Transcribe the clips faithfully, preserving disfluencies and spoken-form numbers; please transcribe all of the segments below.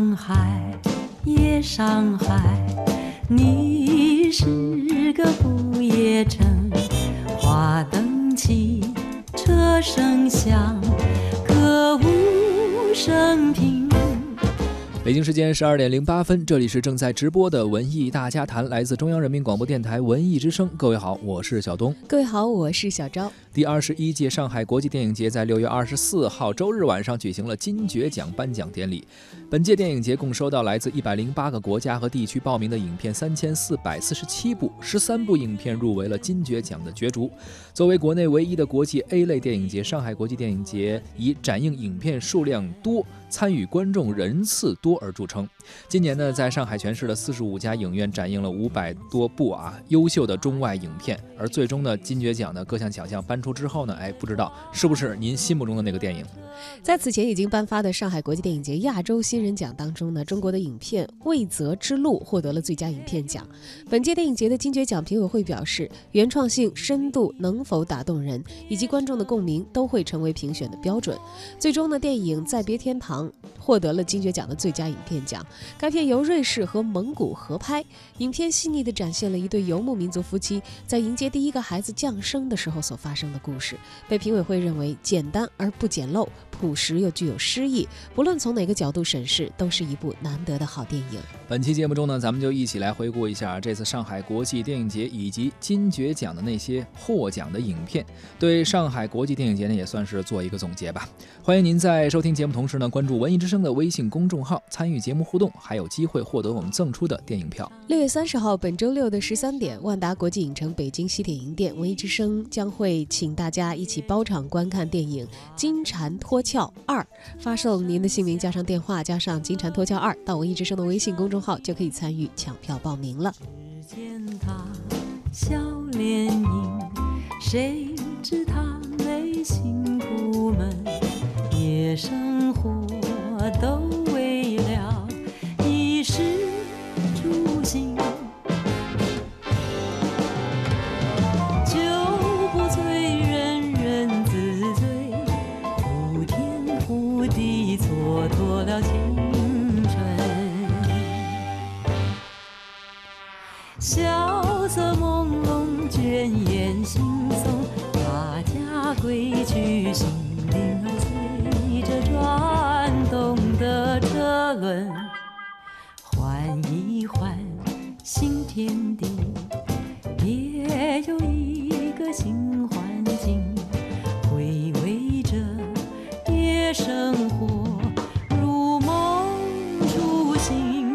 上海，夜上海，你是个不夜城，花灯起，车声响，歌舞升平。 北京时间十二点零八分，这里是正在直播的文艺大家谈，来自中央人民广播电台文艺之声。各位好，我是小东。 各位好，我是小昭。 第二十一届上海国际电影节在六月二十四号周日晚上举行了金爵奖颁奖典礼。本届电影节共收到来自一百零八个国家和地区报名的影片三千四百四十七部，十三部影片入围了金爵奖的角逐。作为国内唯一的国际 A 类电影节，上海国际电影节以展映影片数量多、参与观众人次多而著称。今年呢，在上海全市的四十五家影院展映了五百多部啊优秀的中外影片，而最终呢，金爵奖的各项奖项颁出之后呢，哎，不知道是不是您心目中的那个电影？ 在此前已经颁发的上海国际电影节亚洲新人奖当中呢，中国的影片《未择之路》获得了最佳影片奖。本届电影节的金爵奖评委会表示，原创性、深度能否打动人，以及观众的共鸣都会成为评选的标准。最终呢，电影《再别天堂》获得了金爵奖的最佳影片奖。该片由瑞士和蒙古合拍，影片细腻地展现了一对游牧民族夫妻在迎接第一个孩子降生的时候所发生的故事，被评委会认为简单而不简陋，朴实又具有诗意，不论从哪个角度审视，都是一部难得的好电影。 本期节目中呢，咱们就一起来回顾一下这次上海国际电影节以及金爵奖的那些获奖的影片，对上海国际电影节呢也算是做一个总结吧。欢迎您在收听节目同时呢，关注文艺之声的微信公众号，参与节目互动，还有机会获得我们赠出的电影票。 六月三十号，本周六的十三点，万达国际影城北京西铁营店，文艺之声将会请大家一起包场观看电影《金蝉脱壳二》。发送您的姓名加上电话加上《金蝉脱壳二》到文艺之声的微信公众号，就可以参与抢票报名了。 只见他笑脸迎，谁知他内心苦闷，夜生活都为了衣食住行，酒不醉人人自醉，呼天呼地蹉跎了青春，萧瑟朦胧倦眼惺忪，大家归去，心灵儿随着转动的车轮，换一换新天地，也有一个新环境，回味着夜生活，如梦初醒。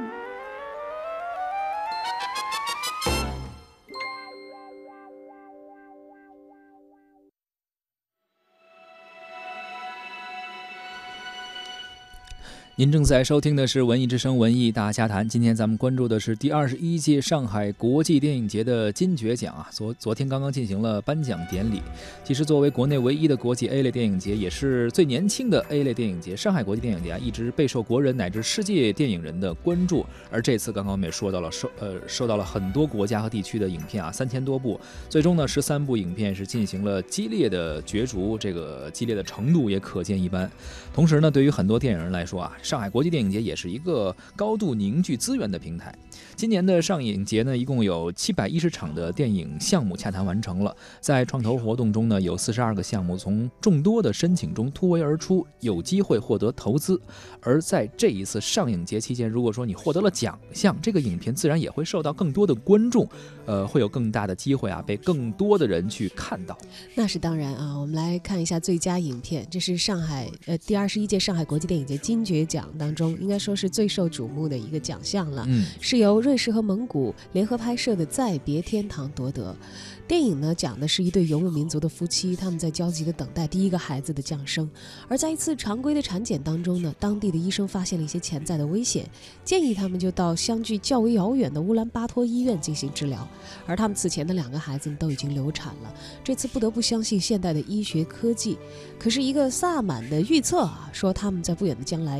您正在收听的是文艺之声文艺大家谈，今天咱们关注的是第二十一届上海国际电影节的金爵奖啊。昨昨天刚刚进行了颁奖典礼。其实作为国内唯一的国际 A 类电影节，也是最年轻的 A 类电影节，上海国际电影节啊，一直备受国人乃至世界电影人的关注。而这次刚刚我们也说到了，收呃收到了很多国家和地区的影片啊，三千多部，最终呢十三部影片是进行了激烈的角逐，这个激烈的程度也可见一斑。同时呢，对于很多电影人来说啊，上海国际电影节也是一个高度凝聚资源的平台。今年的上影节呢，一共有七百一十场的电影项目洽谈完成了。在创投活动中呢，有四十二个项目从众多的申请中突围而出，有机会获得投资。而在这一次上影节期间，如果说你获得了奖项，这个影片自然也会受到更多的关注，呃，会有更大的机会啊，被更多的人去看到。 那是当然啊，我们来看一下最佳影片，这是上海呃第二十一届上海国际电影节金爵奖当中应该说是最受瞩目的一个奖项了，嗯，是由瑞士和蒙古联合拍摄的《再别天堂》夺得。电影呢讲的是一对游牧民族的夫妻，他们在焦急地等待第一个孩子的降生，而在一次常规的产检当中呢，当地的医生发现了一些潜在的危险，建议他们就到相距较为遥远的乌兰巴托医院进行治疗。而他们此前的两个孩子都已经流产了，这次不得不相信现代的医学科技。可是一个萨满的预测啊，说他们在不远的将来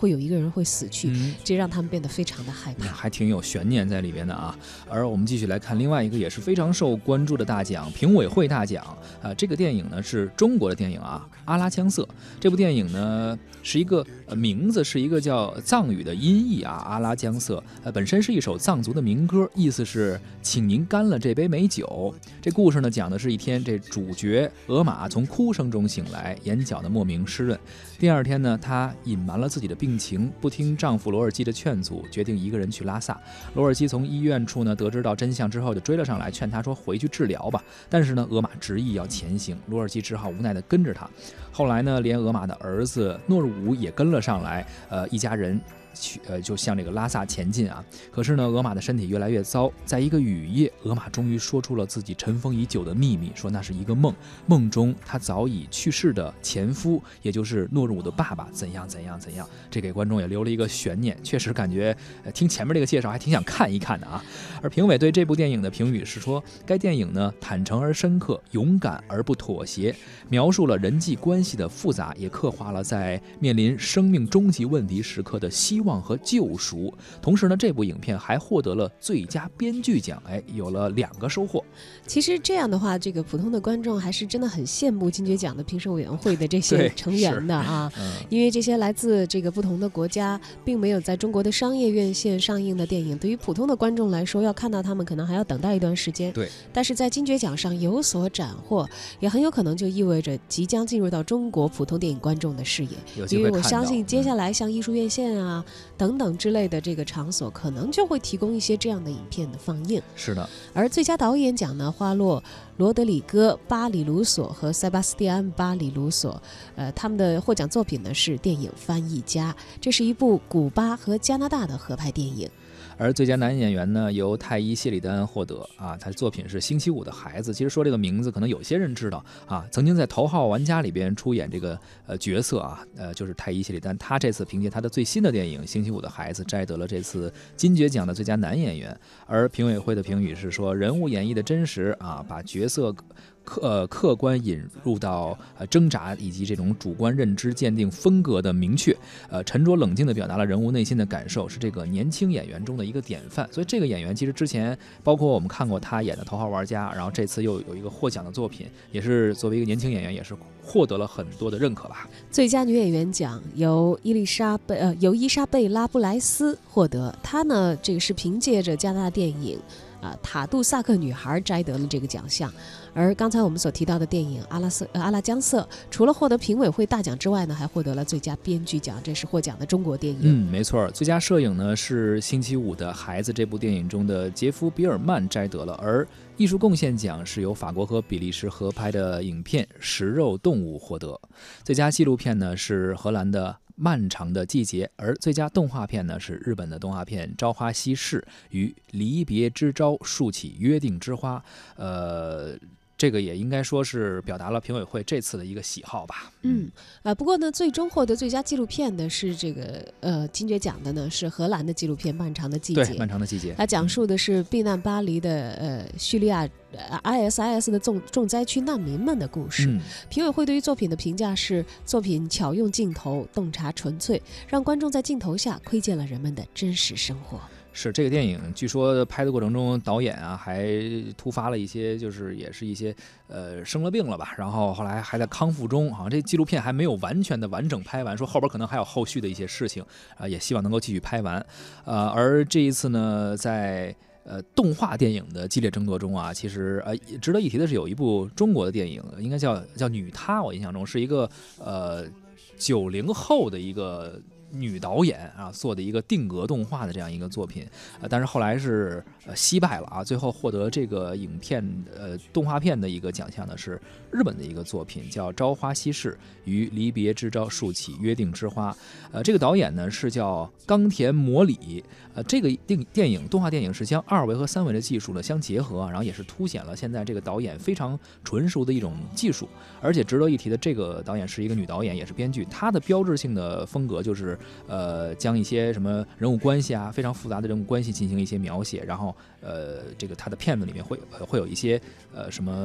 会有一个人会死去， 嗯， 这让他们变得非常的害怕。 还挺有悬念在里边的啊。而我们继续来看另外一个也是非常受关注的大奖——评委会大奖。呃，这个电影呢是中国的电影啊，《阿拉江色》。这部电影呢是一个、呃、名字是一个叫藏语的音译啊，《阿拉江色》呃本身是一首藏族的民歌，意思是请您干了这杯美酒。这故事呢讲的是一天，这主角额玛从哭声中醒来，眼角的莫名湿润。第二天呢，她隐瞒了自己的病情，不听丈夫罗尔基的劝阻，决定一个人去拉萨。罗尔基从医院处呢得知到真相之后，就追了上来，劝她说回去治疗吧。但是呢，额玛执意要前行，罗尔基只好无奈地跟着她。后来呢，连额玛的儿子诺日武也跟了上来，呃，一家人去呃就向这个拉萨前进啊。可是呢，额玛的身体越来越糟，在一个雨夜，额玛终于说出了自己尘封已久的秘密，说那是一个梦，梦中她早已去世的前夫，也就是诺日武的爸爸怎样怎样怎样。这给观众也留了一个悬念，确实感觉、呃、听前面这个介绍还挺想看一看的啊。而评委对这部电影的评语是说，该电影呢坦诚而深刻，勇敢而不妥协，描述了人际关系的复杂，也刻画了在面临生命终极问题时刻的希望和救赎。同时呢，这部影片还获得了最佳编剧奖，哎，有了两个收获。 其实这样的话，这个普通的观众还是真的很羡慕金爵奖的评审委员会的这些成员的啊， 嗯、 因为这些来自这个不同的国家，并没有在中国的商业院线上映的电影，对于普通的观众来说，要看到他们可能还要等待一段时间。 对， 但是在金爵奖上有所斩获，也很有可能就意味着即将进入到中国普通电影观众的视野。因为我相信接下来像艺术院线啊、嗯、等等之类的这个场所，可能就会提供一些这样的影片的放映。 是的。 而最佳导演奖呢，花落罗德里戈·巴里卢索和塞巴斯蒂安·巴里卢索，呃，他们的获奖作品呢是电影《翻译家》，这是一部古巴和加拿大的合拍电影。 而最佳男演员呢，由泰伊·谢里丹获得啊，他的作品是《星期五的孩子》。其实说这个名字，可能有些人知道啊，曾经在《头号玩家》里边出演这个呃角色啊，呃，就是泰伊·谢里丹。他这次凭借他的最新的电影《星期五的孩子》，摘得了这次金爵奖的最佳男演员。而评委会的评语是说，人物演绎的真实啊，把角色客呃客观引入到呃挣扎以及这种主观认知鉴定风格的明确，呃沉着冷静地表达了人物内心的感受，是这个年轻演员中的一个典范。所以这个演员其实之前包括我们看过他演的《头号玩家》，然后这次又有一个获奖的作品，也是作为一个年轻演员，也是获得了很多的认可吧。 最佳女演员奖由伊丽莎贝呃由伊莎贝拉布莱斯获得，她呢这个是凭借着加拿大电影啊，塔杜萨克女孩摘得了这个奖项。而刚才我们所提到的电影《阿拉色、呃、阿拉江色》，除了获得评委会大奖之外呢，还获得了最佳编剧奖，这是获奖的中国电影。 嗯，没错。最佳摄影呢是《星期五的孩子》这部电影中的杰夫·比尔曼摘得了，而艺术贡献奖是由法国和比利时合拍的影片《食肉动物》获得。最佳纪录片呢是荷兰的漫长的季节，而最佳动画片呢是日本的动画片《朝花夕拾》与离别之朝竖起约定之花。呃这个也应该说是表达了评委会这次的一个喜好吧。 嗯，啊，不过呢，最终获得最佳纪录片的是这个呃金爵奖的呢是荷兰的纪录片《漫长的季节》。 对，漫长的季节， 它讲述的是避难巴黎的呃叙利亚 I S I S 的重重灾区难民们的故事。 嗯， 评委会对于作品的评价是：作品巧用镜头，洞察纯粹，让观众在镜头下窥见了人们的真实生活。 是这个电影，据说拍的过程中，导演啊还突发了一些，就是也是一些呃生了病了吧，然后后来还在康复中，好像这纪录片还没有完全的完整拍完，说后边可能还有后续的一些事情啊、呃，也希望能够继续拍完。呃，而这一次呢，在呃动画电影的激烈争夺中啊，其实呃值得一提的是，有一部中国的电影，应该叫叫女她，我印象中是一个呃九零后的一个女导演啊做的一个定格动画的这样一个作品，呃，但是后来是呃惜败了啊，最后获得这个影片呃动画片的一个奖项呢是日本的一个作品，叫《朝花夕拾与离别之朝竖起约定之花》。呃，这个导演呢是叫冈田模里，呃，这个电电影动画电影是将二维和三维的技术呢相结合，然后也是凸显了现在这个导演非常纯熟的一种技术。而且值得一提的，这个导演是一个女导演，也是编剧，她的标志性的风格就是呃，将一些什么人物关系啊，非常复杂的人物关系进行一些描写，然后呃，这个他的片子里面会、呃、会有一些呃什么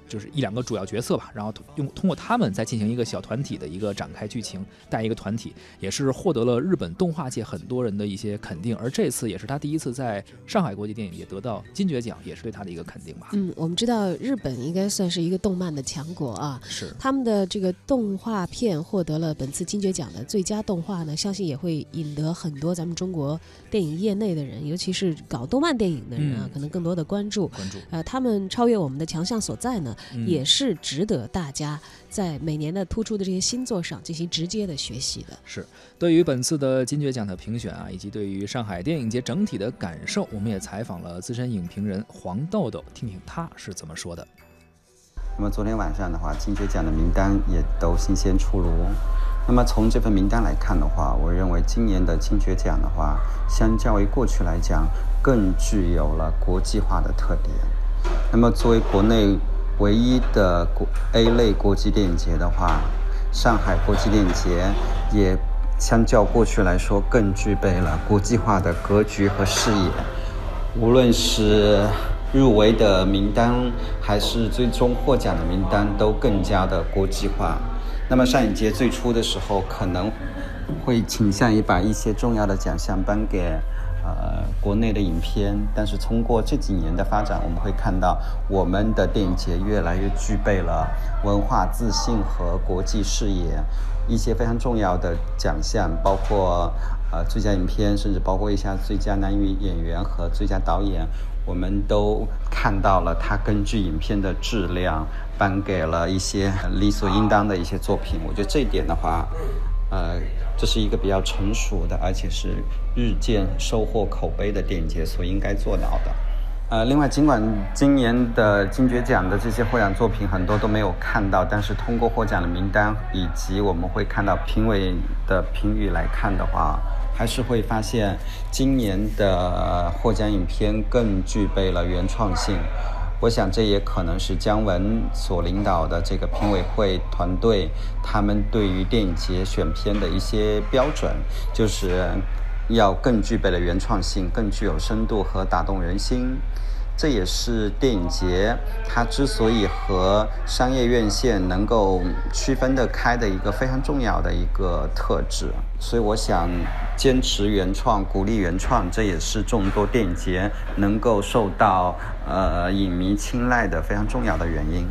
就是一两个主要角色吧，然后用通过他们再进行一个小团体的一个展开剧情，带一个团体，也是获得了日本动画界很多人的一些肯定。而这次也是他第一次在上海国际电影节得到金爵奖，也是对他的一个肯定吧。 嗯，我们知道日本应该算是一个动漫的强国啊， 是他们的这个动画片获得了本次金爵奖的最佳动画呢，相信也会引得很多咱们中国电影业内的人，尤其是搞动漫电影的人啊， 嗯、 可能更多的关注。 关注， 呃，他们超越我们的强项所在呢， 嗯、 也是值得大家在每年的突出的这些新作上进行直接的学习的。 是对于本次的金爵奖的评选啊，以及对于上海电影节整体的感受，我们也采访了资深影评人黄豆豆，听听他是怎么说的。 那么昨天晚上的话，金爵奖的名单也都新鲜出炉。那么从这份名单来看的话，我认为今年的金爵奖的话，相较于过去来讲，更具有了国际化的特点。那么作为国内唯一的 A 类国际电影节的话，上海国际电影节也相较过去来说更具备了国际化的格局和视野。无论是入围的名单还是最终获奖的名单都更加的国际化。那么上影节最初的时候可能会倾向于把一些重要的奖项颁给呃国内的影片，但是通过这几年的发展，我们会看到我们的电影节越来越具备了文化自信和国际视野。一些非常重要的奖项，包括呃最佳影片，甚至包括一下最佳男女演员和最佳导演，我们都看到了它根据影片的质量颁给了一些理所应当的一些作品。我觉得这一点的话，呃，这是一个比较成熟的，而且是日渐收获口碑的电影节所应该做到的。呃，另外，尽管今年的金爵奖的这些获奖作品很多都没有看到，但是通过获奖的名单以及我们会看到评委的评语来看的话，还是会发现今年的获奖影片更具备了原创性。我想这也可能是姜文所领导的这个评委会团队，他们对于电影节选片的一些标准，就是要更具备了原创性，更具有深度和打动人心。这也是电影节它之所以和商业院线能够区分得开的一个非常重要的一个特质。所以我想坚持原创，鼓励原创，这也是众多电影节能够受到呃影迷青睐的非常重要的原因。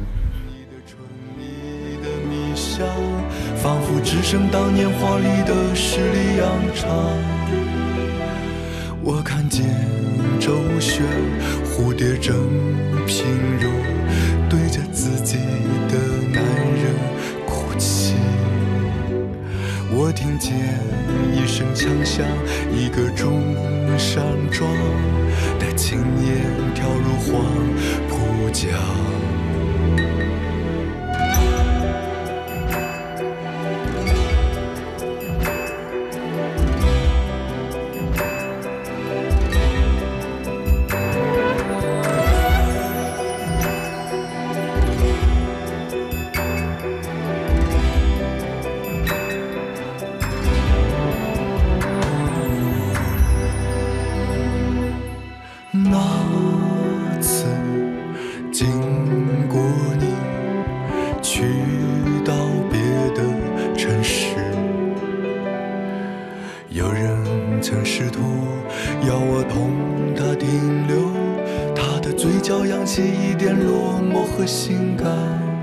仿佛只剩当年华丽的十里洋场，我看见周旋蝴蝶正平柔对着自己的男人哭泣，我听见一声枪响，一个中山装带青年跳入黄浦江。那次经过你，去到别的城市，有人曾试图要我同他停留，他的嘴角扬起一点落寞和性感，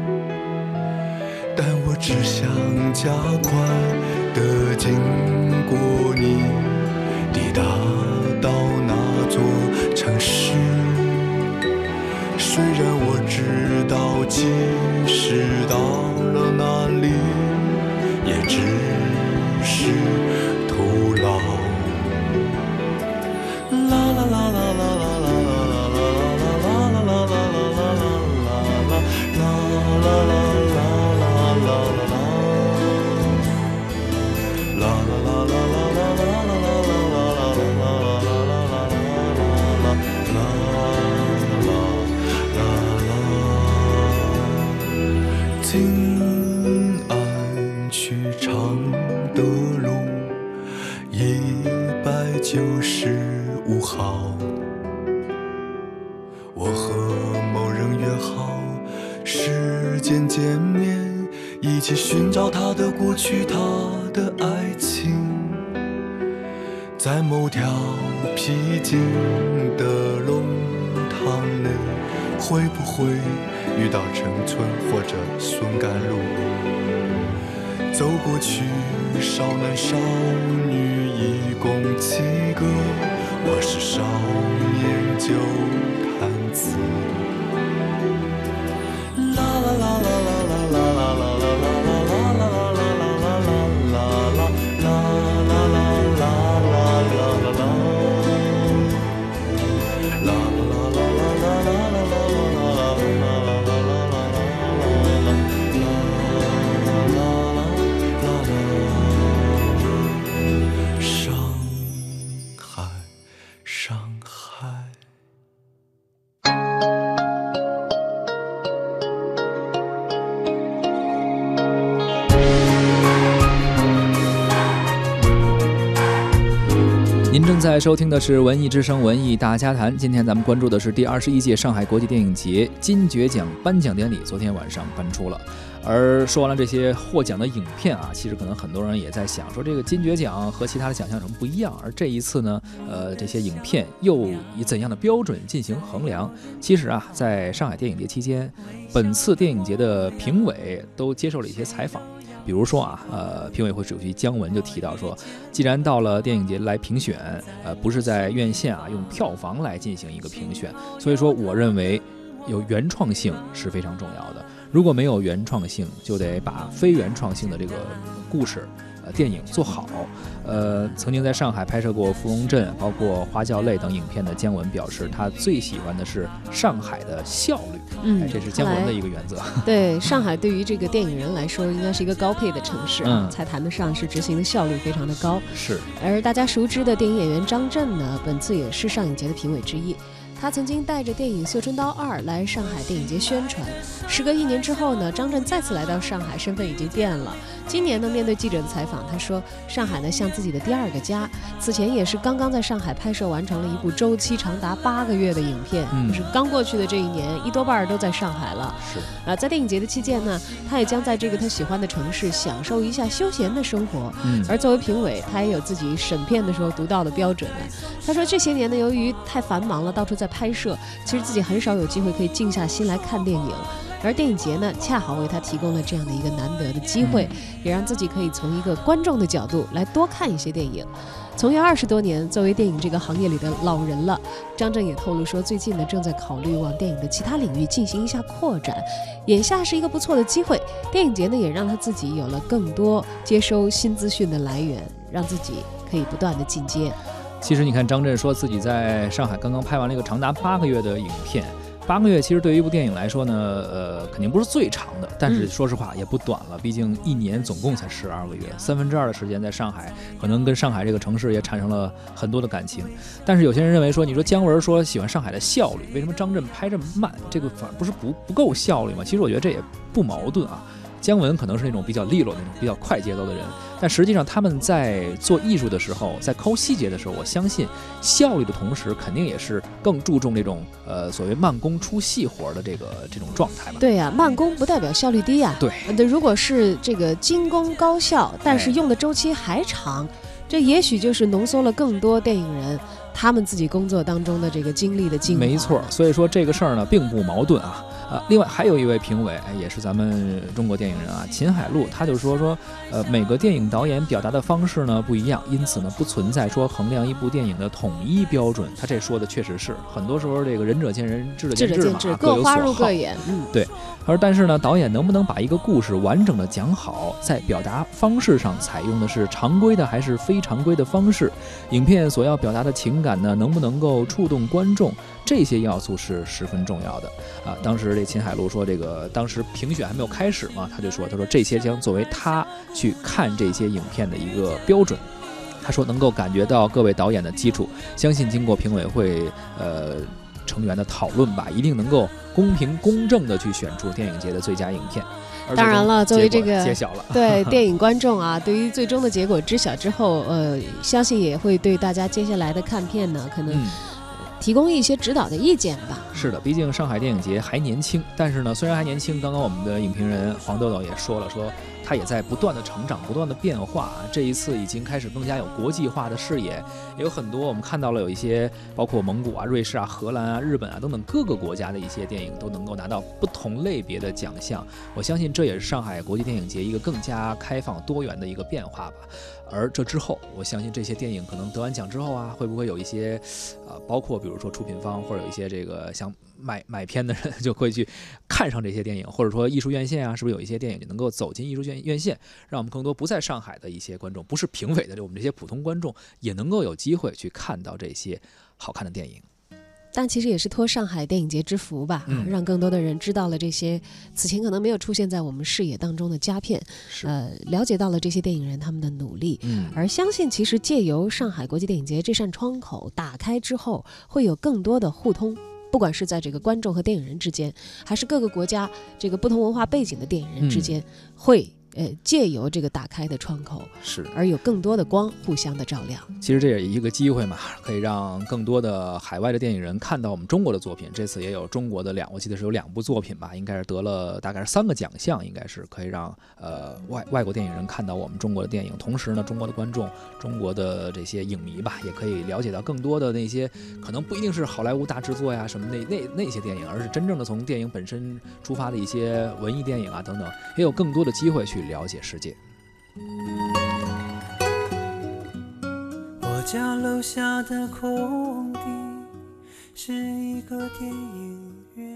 但我只想加快地经过你，抵达到那座城市。虽然我知道即使到了那里也只是徒劳。啦啦啦啦啦啦啦啦啦啦啦啦啦啦啦啦啦。静安去常德路一百九十五号，我和某人约好十见面，一起寻找他的过去，他的爱情。在某条僻静的弄堂内，会不会遇到城村或者顺甘路？走过去，少男少女一共七个，我是少年就弹词。啦啦啦啦啦啦啦啦啦啦啦啦啦啦啦啦啦啦。 您正在收听的是文艺之声文艺大家谈，今天咱们关注的是第二十一届上海国际电影节金爵奖颁奖典礼，昨天晚上颁出了。而说完了这些获奖的影片啊，其实可能很多人也在想说，这个金爵奖和其他的奖项有什么不一样？而这一次呢，呃，这些影片又以怎样的标准进行衡量？其实啊，在上海电影节期间，本次电影节的评委都接受了一些采访。比如说啊，呃，评委会主席姜文就提到说，既然到了电影节来评选，呃，不是在院线啊用票房来进行一个评选，所以说我认为有原创性是非常重要的。如果没有原创性，就得把非原创性的这个故事呃电影做好。呃，曾经在上海拍摄过《芙蓉镇》包括《花轿泪》等影片的姜文表示，他最喜欢的是上海的效率。嗯，这是姜文的一个原则。 对，上海对于这个电影人来说，应该是一个高配的城市，嗯，才谈得上是执行的效率非常的高。 是。 而大家熟知的电影演员张震呢，本次也是上影节的评委之一。他曾经带着电影《绣春刀二》来上海电影节宣传。时隔一年之后呢，张震再次来到上海，身份已经变了。今年呢，面对记者的采访，他说上海呢像自己的第二个家。此前也是刚刚在上海拍摄完成了一部周期长达八个月的影片，嗯、就是刚过去的这一年，一多半都在上海了。 是啊，在电影节的期间呢，他也将在这个他喜欢的城市享受一下休闲的生活。嗯，而作为评委，他也有自己审片的时候独到的标准呢。他说这些年呢，由于太繁忙了，到处在拍摄，其实自己很少有机会可以静下心来看电影。而电影节呢，恰好为他提供了这样的一个难得的机会，嗯、也让自己可以从一个观众的角度来多看一些电影。从业二十多年，作为电影这个行业里的老人了，张震也透露说，最近呢正在考虑往电影的其他领域进行一下扩展，眼下是一个不错的机会。电影节呢也让他自己有了更多接收新资讯的来源，让自己可以不断的进阶。 其实你看，张震说自己在上海刚刚拍完了一个长达八个月的影片。八个月其实对于一部电影来说呢，呃，肯定不是最长的，但是说实话也不短了。毕竟一年总共才十二个月，三分之二的时间在上海，可能跟上海这个城市也产生了很多的感情。但是有些人认为说，你说姜文说喜欢上海的效率，为什么张震拍这么慢？这个反而不是不不够效率吗？其实我觉得这也不矛盾啊。姜文可能是那种比较利落、那种比较快节奏的人，但实际上他们在做艺术的时候，在抠细节的时候，我相信效率的同时，肯定也是更注重这种呃所谓慢工出细活的这个这种状态吧。 对呀、啊，慢工不代表效率低呀、啊。 对， 如果是这个精工高效，但是用的周期还长，这也许就是浓缩了更多电影人他们自己工作当中的这个经历的精华。 没错，所以说这个事儿呢并不矛盾啊。呃，另外还有一位评委，也是咱们中国电影人啊，秦海璐，他就说说，呃，每个电影导演表达的方式呢不一样，因此呢不存在说衡量一部电影的统一标准。他这说的确实是，很多时候这个仁者见仁，智者见智嘛， 各花入各眼。 嗯，对。而但是呢，导演能不能把一个故事完整的讲好，在表达方式上采用的是常规的还是非常规的方式？影片所要表达的情感呢，能不能够触动观众？这些要素是十分重要的啊！当时这秦海璐说，这个当时评选还没有开始嘛，他就说，他说这些将作为他去看这些影片的一个标准。他说能够感觉到各位导演的基础，相信经过评委会呃成员的讨论吧，一定能够公平公正的去选出电影节的最佳影片。 当然了，作为这个揭晓了， 对电影观众啊，对于最终的结果知晓之后，呃，相信也会对大家接下来的看片呢，可能、嗯。 提供一些指导的意见吧。 是的，毕竟上海电影节还年轻，但是呢，虽然还年轻，刚刚我们的影评人黄豆豆也说了，说它也在不断的成长，不断的变化。这一次已经开始更加有国际化的视野，也有很多我们看到了有一些包括蒙古啊、瑞士啊、荷兰啊、日本啊等等各个国家的一些电影都能够拿到不同类别的奖项。我相信这也是上海国际电影节一个更加开放多元的一个变化吧。而这之后，我相信这些电影可能得完奖之后啊，会不会有一些，呃，包括比如说出品方或者有一些这个想买买片的人就会去看上这些电影，或者说艺术院线啊，是不是有一些电影就能够走进艺术院院线，让我们更多不在上海的一些观众，不是评委的我们这些普通观众，也能够有机会去看到这些好看的电影。 但其实也是托上海电影节之福吧， 嗯、 让更多的人知道了这些此前可能没有出现在我们视野当中的佳片，呃，了解到了这些电影人他们的努力， 嗯， 而相信其实借由上海国际电影节这扇窗口打开之后，会有更多的互通。不管是在这个观众和电影人之间，还是各个国家这个不同文化背景的电影人之间，嗯、会呃，借由这个打开的窗口， 是而有更多的光互相的照亮。 其实这也是一个机会嘛，可以让更多的海外的电影人看到我们中国的作品。这次也有中国的两，我记得是有两部作品吧，应该是得了大概是三个奖项，应该是可以让呃外外国电影人看到我们中国的电影。同时呢，中国的观众、中国的这些影迷吧，也可以了解到更多的那些可能不一定是好莱坞大制作呀什么那那那些电影，而是真正的从电影本身出发的一些文艺电影啊等等，也有更多的机会去了解世界。 我家楼下的空地是一个电影院，